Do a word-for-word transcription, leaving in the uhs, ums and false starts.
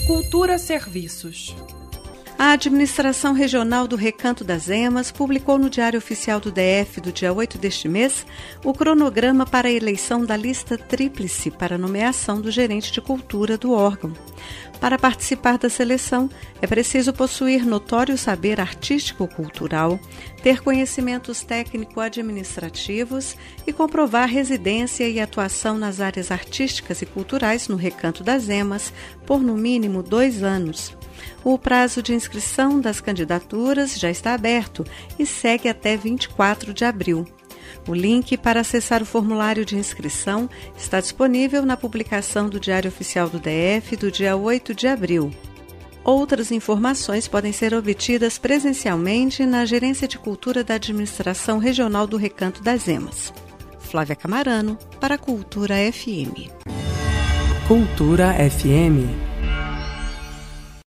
Cultura Serviços. A Administração Regional do Recanto das Emas publicou no Diário Oficial do D F do dia oito deste mês o cronograma para a eleição da lista tríplice para nomeação do gerente de cultura do órgão. Para participar da seleção, é preciso possuir notório saber artístico-cultural, ter conhecimentos técnico-administrativos e comprovar residência e atuação nas áreas artísticas e culturais no Recanto das Emas por no mínimo dois anos. O prazo de inscrição das candidaturas já está aberto e segue até vinte e quatro de abril. O link para acessar o formulário de inscrição está disponível na publicação do Diário Oficial do D F do dia oito de abril. Outras informações podem ser obtidas presencialmente na Gerência de Cultura da Administração Regional do Recanto das Emas. Flávia Camarano, para a Cultura F M. Cultura F M.